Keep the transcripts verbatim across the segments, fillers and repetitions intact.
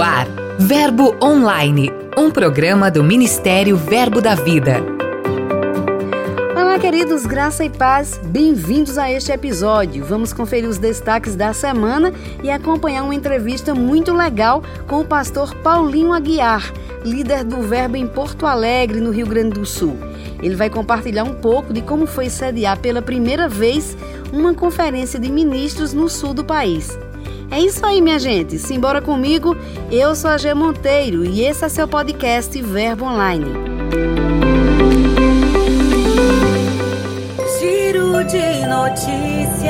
ar, Verbo Online, um programa do Ministério Verbo da Vida. Olá, queridos, graça e paz, bem-vindos a este episódio. Vamos conferir os destaques da semana e acompanhar uma entrevista muito legal com o pastor Paulinho Aguiar, líder do Verbo em Porto Alegre, no Rio Grande do Sul. Ele vai compartilhar um pouco de como foi sediar pela primeira vez uma conferência de ministros no sul do país. É isso aí, minha gente. Simbora comigo. Eu sou a Gê Monteiro e esse é seu podcast Verbo Online. Giro de notícias.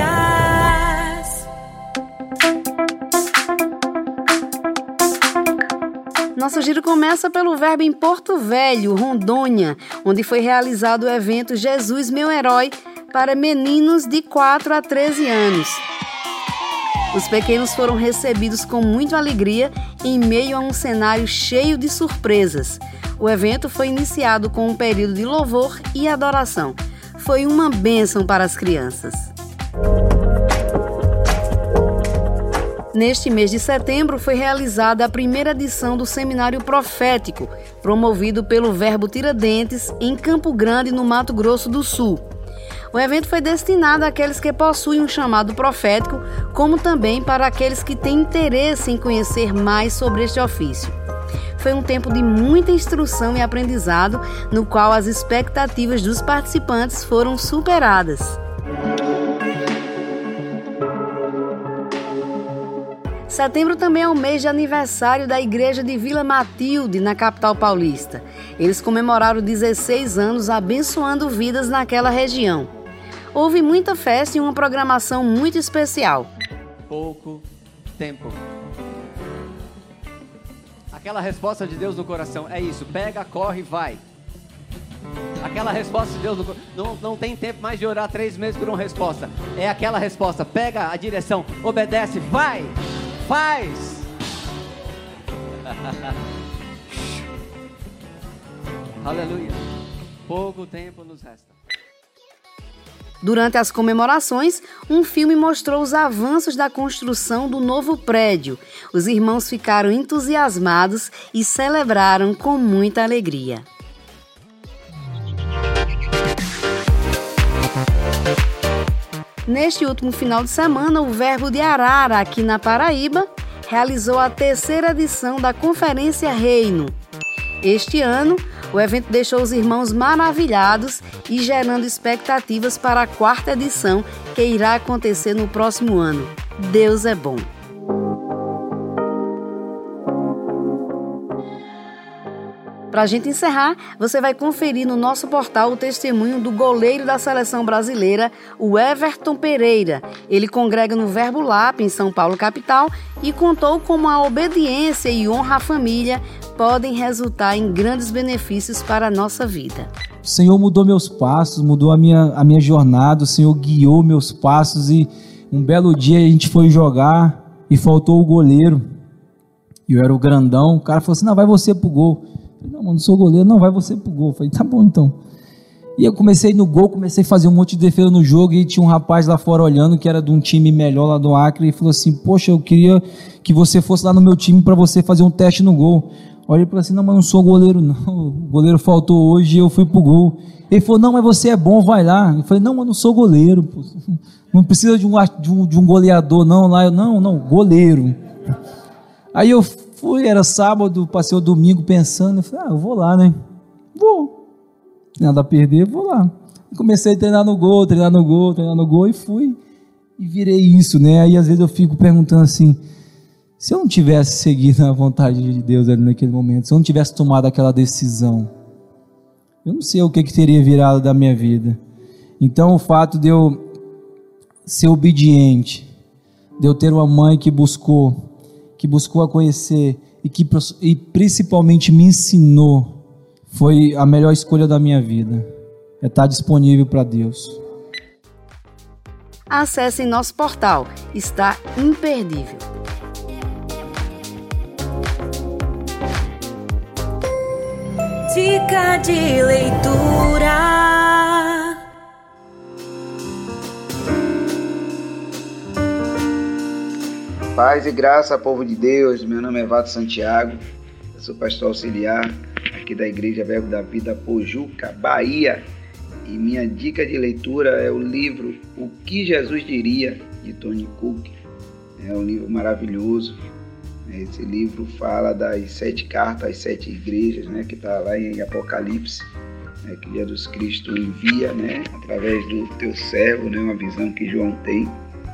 Nosso giro começa pelo Verbo em Porto Velho, Rondônia, onde foi realizado o evento Jesus Meu Herói para meninos de quatro a treze anos. Os pequenos foram recebidos com muita alegria em meio a um cenário cheio de surpresas. O evento foi iniciado com um período de louvor e adoração. Foi uma bênção para as crianças. Neste mês de setembro foi realizada a primeira edição do Seminário Profético, promovido pelo Verbo Tiradentes, em Campo Grande, no Mato Grosso do Sul. O evento foi destinado àqueles que possuem um chamado profético, como também para aqueles que têm interesse em conhecer mais sobre este ofício. Foi um tempo de muita instrução e aprendizado, no qual as expectativas dos participantes foram superadas. Setembro também é o mês de aniversário da Igreja de Vila Matilde, na capital paulista. Eles comemoraram dezesseis anos abençoando vidas naquela região. Houve muita festa e uma programação muito especial. Pouco tempo. Aquela resposta de Deus no coração, é isso, pega, corre, vai. Aquela resposta de Deus no coração, não, não tem tempo mais de orar três meses por uma resposta. É aquela resposta, pega a direção, obedece, vai, faz. Aleluia. Pouco tempo nos resta. Durante as comemorações, um filme mostrou os avanços da construção do novo prédio. Os irmãos ficaram entusiasmados e celebraram com muita alegria. Neste último final de semana, o Verbo de Arara, aqui na Paraíba, realizou a terceira edição da Conferência Reino. Este ano, o evento deixou os irmãos maravilhados e gerando expectativas para a quarta edição, que irá acontecer no próximo ano. Deus é bom. Para a gente encerrar, você vai conferir no nosso portal o testemunho do goleiro da seleção brasileira, o Everton Pereira. Ele congrega no Verbo Lap, em São Paulo, capital, e contou como a obediência e honra à família podem resultar em grandes benefícios para a nossa vida. O Senhor mudou meus passos, mudou a minha, a minha jornada, o Senhor guiou meus passos e um belo dia a gente foi jogar e faltou o goleiro. E eu era o grandão, o cara falou assim, não, vai você pro gol. Eu falei, não, mano, não sou goleiro, não, vai você pro gol. Eu falei, tá bom então. E eu comecei no gol, comecei a fazer um monte de defesa no jogo e tinha um rapaz lá fora olhando que era de um time melhor lá do Acre e falou assim, poxa, eu queria que você fosse lá no meu time para você fazer um teste no gol. Olha, ele falou assim, não, mas não sou goleiro não, o goleiro faltou hoje e eu fui pro gol. Ele falou, não, mas você é bom, vai lá. Eu falei, não, mas não sou goleiro, pô. Não precisa de um, de, um, de um goleador não, lá eu, não, não, goleiro. Aí eu fui, era sábado, passei o domingo pensando, eu falei, ah, eu vou lá, né, vou, nada a perder, vou lá. Comecei a treinar no gol, treinar no gol, treinar no gol e fui, e virei isso, né, aí às vezes eu fico perguntando assim, se eu não tivesse seguido a vontade de Deus ali naquele momento, se eu não tivesse tomado aquela decisão, eu não sei o que, que teria virado da minha vida. Então o fato de eu ser obediente, de eu ter uma mãe que buscou, que buscou a conhecer e que e principalmente me ensinou, foi a melhor escolha da minha vida, é estar disponível para Deus. Acesse nosso portal, está imperdível. Dica de leitura. Paz e graça, povo de Deus. Meu nome é Vato Santiago, eu sou pastor auxiliar aqui da Igreja Verbo da Vida, Pojuca, Bahia. E minha dica de leitura é o livro O que Jesus Diria, de Tony Cook. É um livro maravilhoso. Esse livro fala das sete cartas às sete igrejas, né, que está lá em Apocalipse, né, que Jesus Cristo envia, né, através do teu servo, né, uma visão que João tem.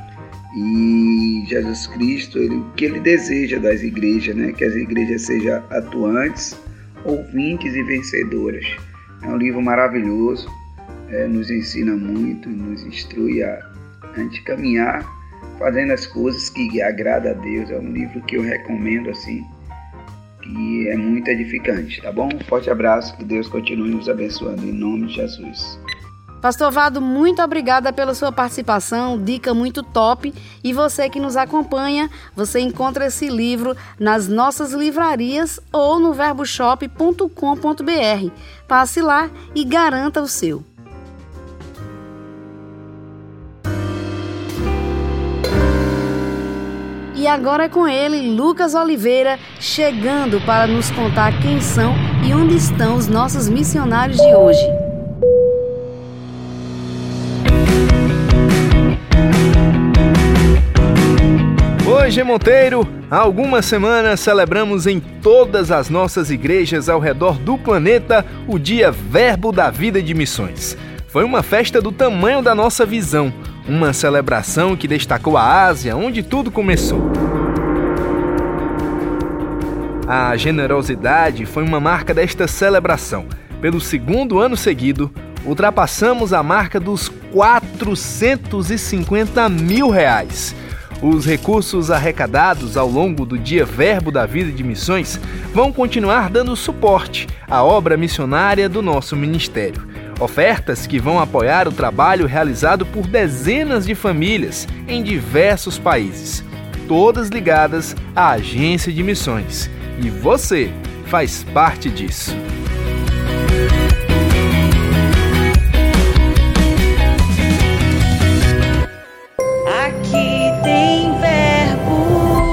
E Jesus Cristo, ele, o que ele deseja das igrejas, né, que as igrejas sejam atuantes, ouvintes e vencedoras. É um livro maravilhoso, é, nos ensina muito, nos instrui a, a gente caminhar fazendo as coisas que agrada a Deus. É um livro que eu recomendo, assim, que é muito edificante, tá bom? Um forte abraço, que Deus continue nos abençoando, em nome de Jesus. Pastor Vado, muito obrigada pela sua participação, dica muito top. E você que nos acompanha, você encontra esse livro nas nossas livrarias ou no verboshop ponto com ponto b r. Passe lá e garanta o seu. E agora é com ele, Lucas Oliveira, chegando para nos contar quem são e onde estão os nossos missionários de hoje. Oi, G. Monteiro! Há algumas semanas celebramos em todas as nossas igrejas ao redor do planeta o Dia Verbo da Vida de Missões. Foi uma festa do tamanho da nossa visão, uma celebração que destacou a Ásia, onde tudo começou. A generosidade foi uma marca desta celebração. Pelo segundo ano seguido, ultrapassamos a marca dos quatrocentos e cinquenta mil reais. Os recursos arrecadados ao longo do Dia Verbo da Vida de Missões vão continuar dando suporte à obra missionária do nosso ministério. Ofertas que vão apoiar o trabalho realizado por dezenas de famílias em diversos países, todas ligadas à agência de missões. E você faz parte disso. Aqui tem verbo.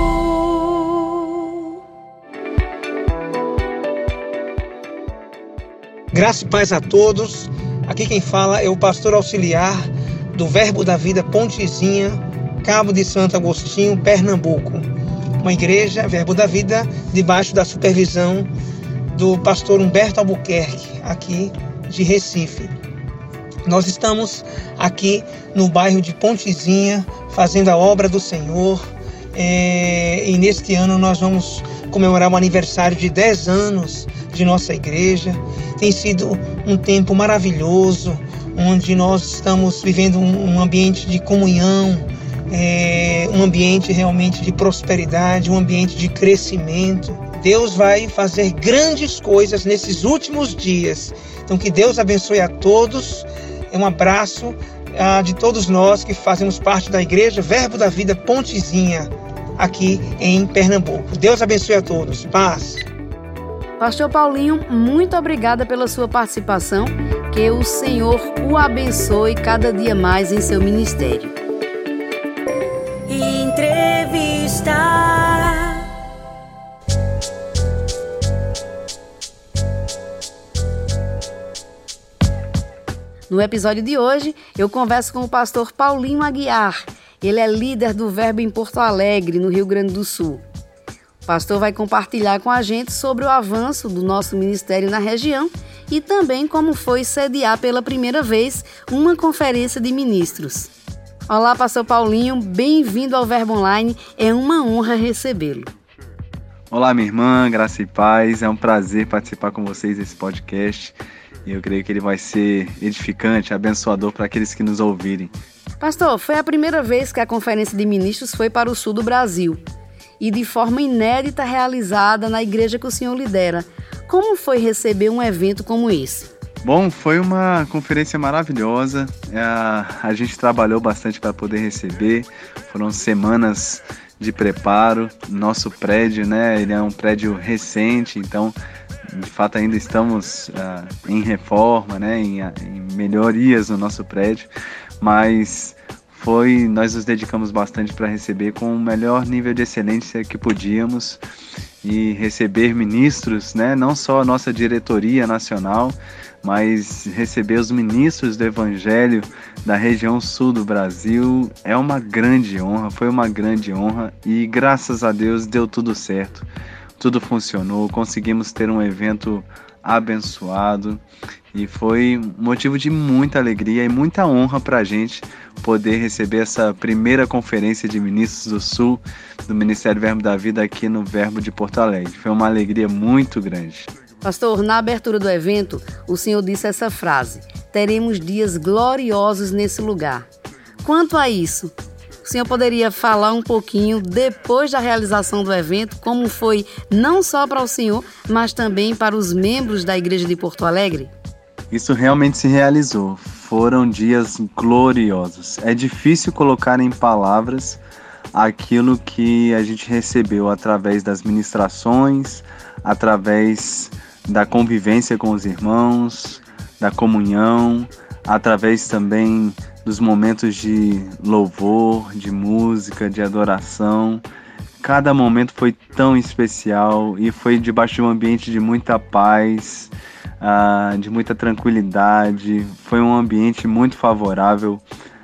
Graça e paz a todos. Aqui quem fala é o pastor auxiliar do Verbo da Vida Pontezinha, Cabo de Santo Agostinho, Pernambuco. Uma igreja, Verbo da Vida, debaixo da supervisão do pastor Humberto Albuquerque, aqui de Recife. Nós estamos aqui no bairro de Pontezinha, fazendo a obra do Senhor. É, e neste ano nós vamos comemorar o aniversário de dez anos de nossa igreja. Tem sido um tempo maravilhoso, onde nós estamos vivendo um ambiente de comunhão, é, um ambiente realmente de prosperidade, um ambiente de crescimento. Deus vai fazer grandes coisas nesses últimos dias. Então que Deus abençoe a todos. Um abraço ah, de todos nós que fazemos parte da Igreja Verbo da Vida Pontezinha, aqui em Pernambuco. Deus abençoe a todos. Paz. Pastor Paulinho, muito obrigada pela sua participação. Que o Senhor o abençoe cada dia mais em seu ministério. Entrevista. No episódio de hoje, eu converso com o pastor Paulinho Aguiar. Ele é líder do Verbo em Porto Alegre, no Rio Grande do Sul. O pastor vai compartilhar com a gente sobre o avanço do nosso ministério na região e também como foi sediar pela primeira vez uma conferência de ministros. Olá, pastor Paulinho, bem-vindo ao Verbo Online, é uma honra recebê-lo. Olá, minha irmã, graça e paz, é um prazer participar com vocês desse podcast e eu creio que ele vai ser edificante, abençoador para aqueles que nos ouvirem. Pastor, foi a primeira vez que a conferência de ministros foi para o sul do Brasil e de forma inédita realizada na igreja que o senhor lidera. Como foi receber um evento como esse? Bom, foi uma conferência maravilhosa, a gente trabalhou bastante para poder receber, foram semanas de preparo. Nosso prédio, né, ele é um prédio recente, então de fato ainda estamos uh, em reforma, né, em, em melhorias no nosso prédio, mas foi, nós nos dedicamos bastante para receber com o melhor nível de excelência que podíamos e receber ministros, né, não só a nossa diretoria nacional, mas receber os ministros do Evangelho da região sul do Brasil é uma grande honra, foi uma grande honra e graças a Deus deu tudo certo, tudo funcionou, conseguimos ter um evento abençoado e foi motivo de muita alegria e muita honra para a gente poder receber essa primeira conferência de ministros do Sul do Ministério Verbo da Vida aqui no Verbo de Porto Alegre. Foi uma alegria muito grande. Pastor, na abertura do evento, o senhor disse essa frase: teremos dias gloriosos nesse lugar. Quanto a isso, o senhor poderia falar um pouquinho, depois da realização do evento, como foi não só para o senhor, mas também para os membros da Igreja de Porto Alegre? Isso realmente se realizou. Foram dias gloriosos. É difícil colocar em palavras aquilo que a gente recebeu através das ministrações, através da convivência com os irmãos, da comunhão, através também dos momentos de louvor, de música, de adoração. Cada momento foi tão especial e foi debaixo de um ambiente de muita paz, uh, de muita tranquilidade. Foi um ambiente muito favorável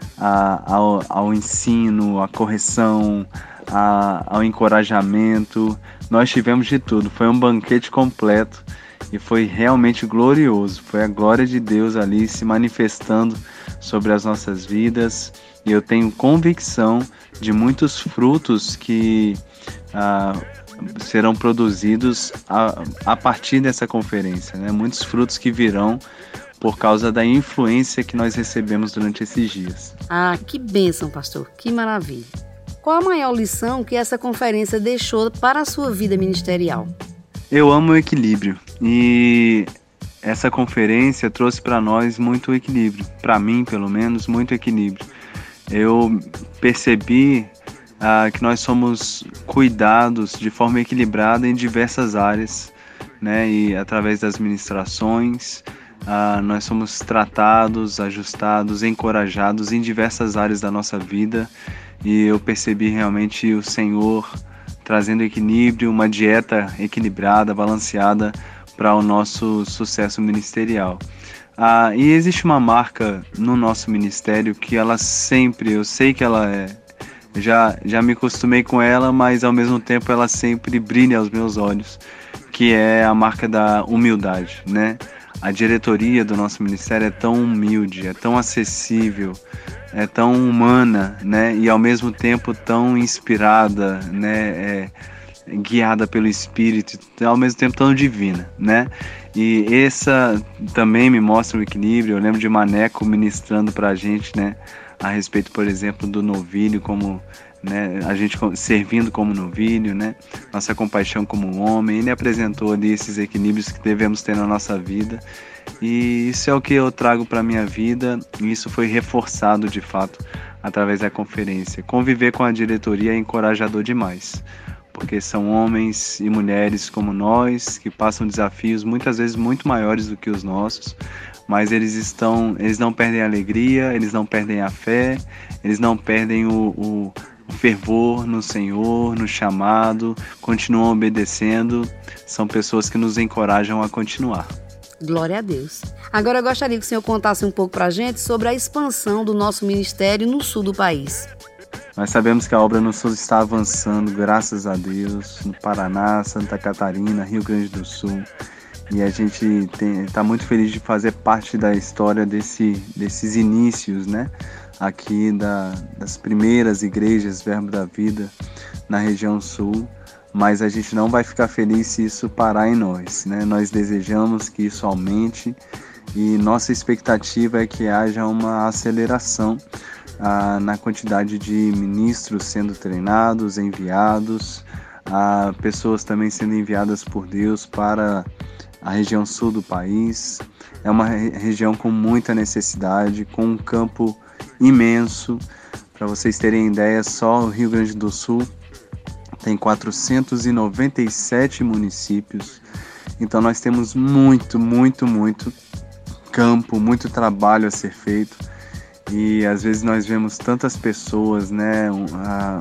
uh, ao, ao ensino, à correção, uh, ao encorajamento. Nós tivemos de tudo, foi um banquete completo e foi realmente glorioso. Foi a glória de Deus ali se manifestando sobre as nossas vidas e eu tenho convicção de muitos frutos que ah, serão produzidos a, a partir dessa conferência, né? Muitos frutos que virão por causa da influência que nós recebemos durante esses dias. Ah, que bênção, pastor, que maravilha. Qual a maior lição que essa conferência deixou para a sua vida ministerial? Eu amo o equilíbrio e essa conferência trouxe para nós muito equilíbrio, para mim pelo menos, muito equilíbrio. Eu percebi ah, que nós somos cuidados de forma equilibrada em diversas áreas, né? E através das ministrações, ah, nós somos tratados, ajustados, encorajados em diversas áreas da nossa vida e eu percebi realmente o Senhor trazendo equilíbrio, uma dieta equilibrada, balanceada para o nosso sucesso ministerial. Ah, e existe uma marca no nosso ministério que ela sempre, eu sei que ela é, já, já me acostumei com ela, mas ao mesmo tempo ela sempre brilha aos meus olhos, que é a marca da humildade, né? A diretoria do nosso ministério é tão humilde, é tão acessível, é tão humana, né? E ao mesmo tempo tão inspirada, né? É, guiada pelo Espírito, ao mesmo tempo tão divina, né? E essa também me mostra o equilíbrio. Eu lembro de Maneco ministrando pra gente, né? A respeito, por exemplo, do novilho, como, né? A gente servindo como novilho, né? Nossa compaixão como homem. Ele apresentou ali esses equilíbrios que devemos ter na nossa vida. E isso é o que eu trago para minha vida. E isso foi reforçado, de fato, através da conferência. Conviver com a diretoria é encorajador demais, porque são homens e mulheres como nós, que passam desafios muitas vezes muito maiores do que os nossos, mas eles estão, eles não perdem a alegria, eles não perdem a fé, eles não perdem o, o, o fervor no Senhor, no chamado, continuam obedecendo, são pessoas que nos encorajam a continuar. Glória a Deus. Agora eu gostaria que o senhor contasse um pouco para a gente sobre a expansão do nosso ministério no sul do país. Nós sabemos que a obra no Sul está avançando, graças a Deus, no Paraná, Santa Catarina, Rio Grande do Sul. E a gente está muito feliz de fazer parte da história desse, desses inícios, né? Aqui da, das primeiras igrejas Verbo da Vida na região Sul. Mas a gente não vai ficar feliz se isso parar em nós, né? Nós desejamos que isso aumente e nossa expectativa é que haja uma aceleração Ah, na quantidade de ministros sendo treinados, enviados, ah, pessoas também sendo enviadas por Deus para a região sul do país. É uma re- região com muita necessidade, com um campo imenso. Para vocês terem ideia, só o Rio Grande do Sul tem quatrocentos e noventa e sete municípios. Então nós temos muito, muito, muito campo, muito trabalho a ser feito. E às vezes nós vemos tantas pessoas, né, uh,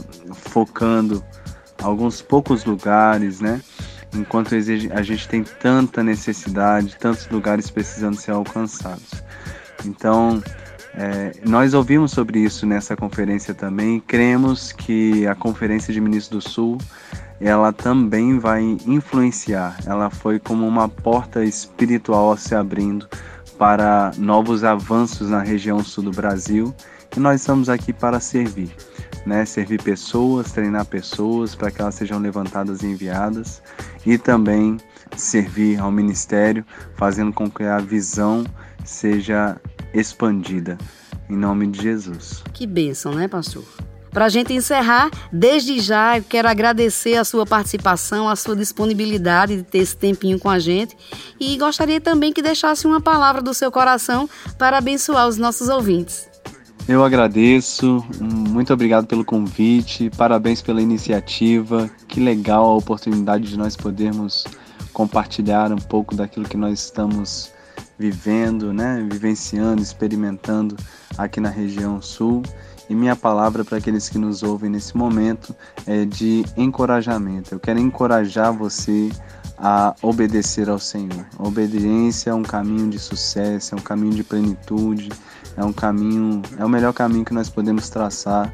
focando alguns poucos lugares, né, enquanto a gente tem tanta necessidade, tantos lugares precisando ser alcançados. Então, é, nós ouvimos sobre isso nessa conferência também, e cremos que a Conferência de Ministros do Sul, ela também vai influenciar, ela foi como uma porta espiritual se abrindo para novos avanços na região sul do Brasil, e nós estamos aqui para servir, né? Servir pessoas, treinar pessoas para que elas sejam levantadas e enviadas, e também servir ao ministério, fazendo com que a visão seja expandida, em nome de Jesus. Que bênção, né, pastor? Para a gente encerrar, desde já eu quero agradecer a sua participação, a sua disponibilidade de ter esse tempinho com a gente, e gostaria também que deixasse uma palavra do seu coração para abençoar os nossos ouvintes. Eu agradeço, muito obrigado pelo convite, parabéns pela iniciativa, que legal a oportunidade de nós podermos compartilhar um pouco daquilo que nós estamos vivendo, né, vivenciando, experimentando aqui na região sul. E minha palavra para aqueles que nos ouvem nesse momento é de encorajamento. Eu quero encorajar você a obedecer ao Senhor. A obediência é um caminho de sucesso, é um caminho de plenitude, é um caminho, é o melhor caminho que nós podemos traçar,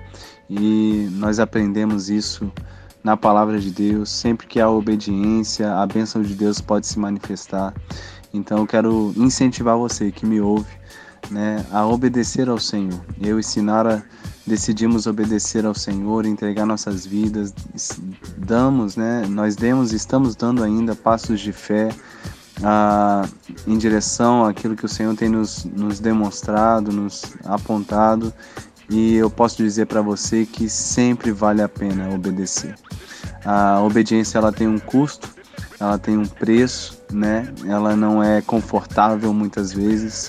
e nós aprendemos isso na palavra de Deus. Sempre que há obediência, a bênção de Deus pode se manifestar. Então eu quero incentivar você que me ouve, né, a obedecer ao Senhor. Eu e Sinara decidimos obedecer ao Senhor, entregar nossas vidas, damos, né, nós demos e estamos dando ainda passos de fé ah, em direção àquilo que o Senhor tem nos, nos demonstrado, nos apontado, e eu posso dizer para você que sempre vale a pena obedecer. A obediência, ela tem um custo, ela tem um preço, né? Ela não é confortável muitas vezes,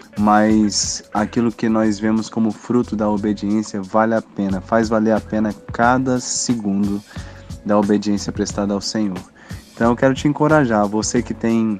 mas aquilo que nós vemos como fruto da obediência vale a pena, faz valer a pena cada segundo da obediência prestada ao Senhor. Então eu quero te encorajar, você que tem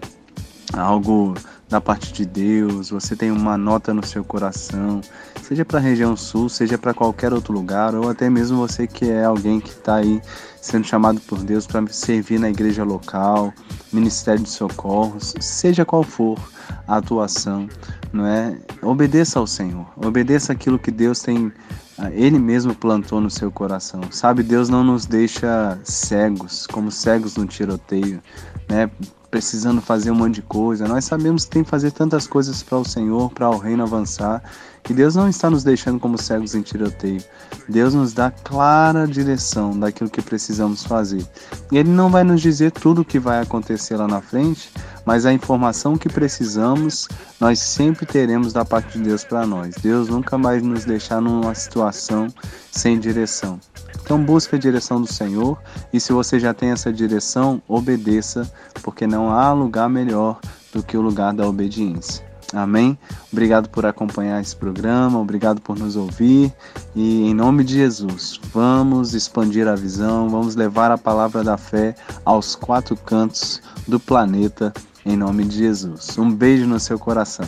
algo da parte de Deus, você tem uma nota no seu coração, seja para a região sul, seja para qualquer outro lugar, ou até mesmo você que é alguém que está aí sendo chamado por Deus para servir na igreja local, ministério de socorros, seja qual for a atuação, não é? Obedeça ao Senhor, obedeça aquilo que Deus tem, Ele mesmo plantou no seu coração. Sabe, Deus não nos deixa cegos, como cegos no tiroteio, né? Precisando fazer um monte de coisa. Nós sabemos que tem que fazer tantas coisas para o Senhor, para o reino avançar, que Deus não está nos deixando como cegos em tiroteio. Deus nos dá clara direção daquilo que precisamos fazer. E Ele não vai nos dizer tudo o que vai acontecer lá na frente, mas a informação que precisamos, nós sempre teremos da parte de Deus para nós. Deus nunca vai nos deixar numa situação sem direção. Então busque a direção do Senhor, e se você já tem essa direção, obedeça, porque não há lugar melhor do que o lugar da obediência. Amém? Obrigado por acompanhar esse programa, obrigado por nos ouvir, e em nome de Jesus, vamos expandir a visão, vamos levar a palavra da fé aos quatro cantos do planeta, em nome de Jesus. Um beijo no seu coração.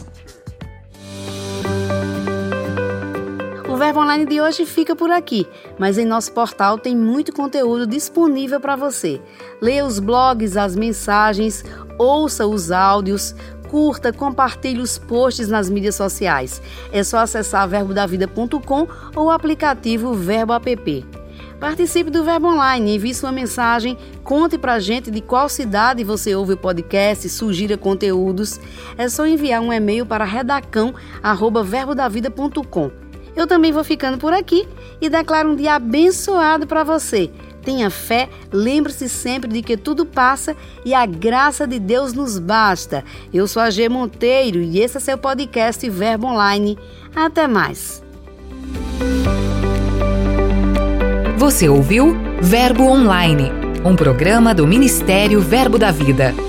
O Verbo Online de hoje fica por aqui, mas em nosso portal tem muito conteúdo disponível para você. Leia os blogs, as mensagens, ouça os áudios, curta, compartilhe os posts nas mídias sociais. É só acessar verbo da vida ponto com ou o aplicativo Verbo App. Participe do Verbo Online, envie sua mensagem, conte pra gente de qual cidade você ouve o podcast, sugira conteúdos. É só enviar um e-mail para redacão arroba verbo da vida ponto com. Eu também vou ficando por aqui e declaro um dia abençoado para você. Tenha fé, lembre-se sempre de que tudo passa e a graça de Deus nos basta. Eu sou a G Monteiro e esse é seu podcast Verbo Online. Até mais. Você ouviu Verbo Online, um programa do Ministério Verbo da Vida.